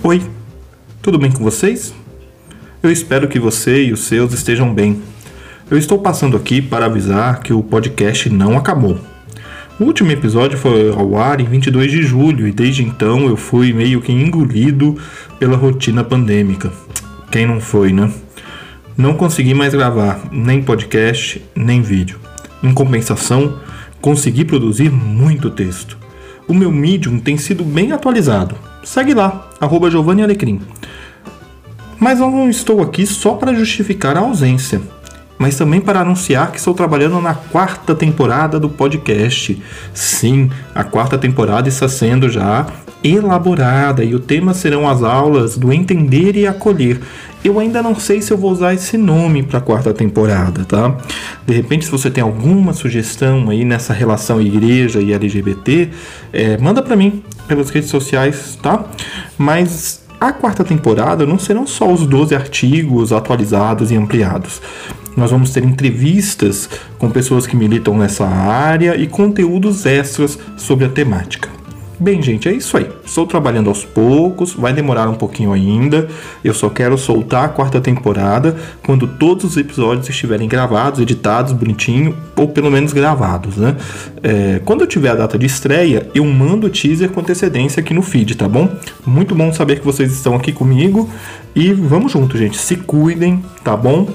Oi, tudo bem com vocês? Eu espero que você e os seus estejam bem. Eu estou passando aqui para avisar que o podcast não acabou. O último episódio foi ao ar em 22 de julho e desde então eu fui meio que engolido pela rotina pandêmica. Quem não foi, né? Não consegui mais gravar nem podcast, nem vídeo. Em compensação, consegui produzir muito texto. O meu Medium tem sido bem atualizado. Segue lá, @GiovanniAlecrim. Mas eu não estou aqui só para justificar a ausência, mas também para anunciar que estou trabalhando na 4ª temporada do podcast. Sim, a 4ª temporada está sendo já elaborada e o tema serão as aulas do Entender e Acolher. Eu ainda não sei se eu vou usar esse nome para a 4ª temporada, tá? De repente, se você tem alguma sugestão aí nessa relação igreja e LGBT, manda para mim pelas redes sociais, tá? Mas a 4ª temporada não serão só os 12 artigos atualizados e ampliados. Nós vamos ter entrevistas com pessoas que militam nessa área e conteúdos extras sobre a temática. Bem, gente, é isso aí. Estou trabalhando aos poucos, vai demorar um pouquinho ainda. Eu só quero soltar a 4ª temporada quando todos os episódios estiverem gravados, editados, bonitinho, ou pelo menos gravados, né? Quando eu tiver a data de estreia, eu mando o teaser com antecedência aqui no feed, tá bom? Muito bom saber que vocês estão aqui comigo e vamos junto, gente. Se cuidem, tá bom?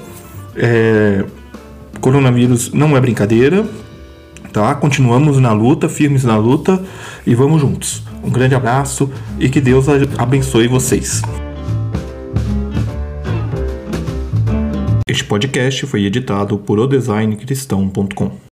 Coronavírus não é brincadeira. Tá? Continuamos na luta, firmes na luta e vamos juntos. Um grande abraço e que Deus abençoe vocês. Este podcast foi editado por odesigncristão.com.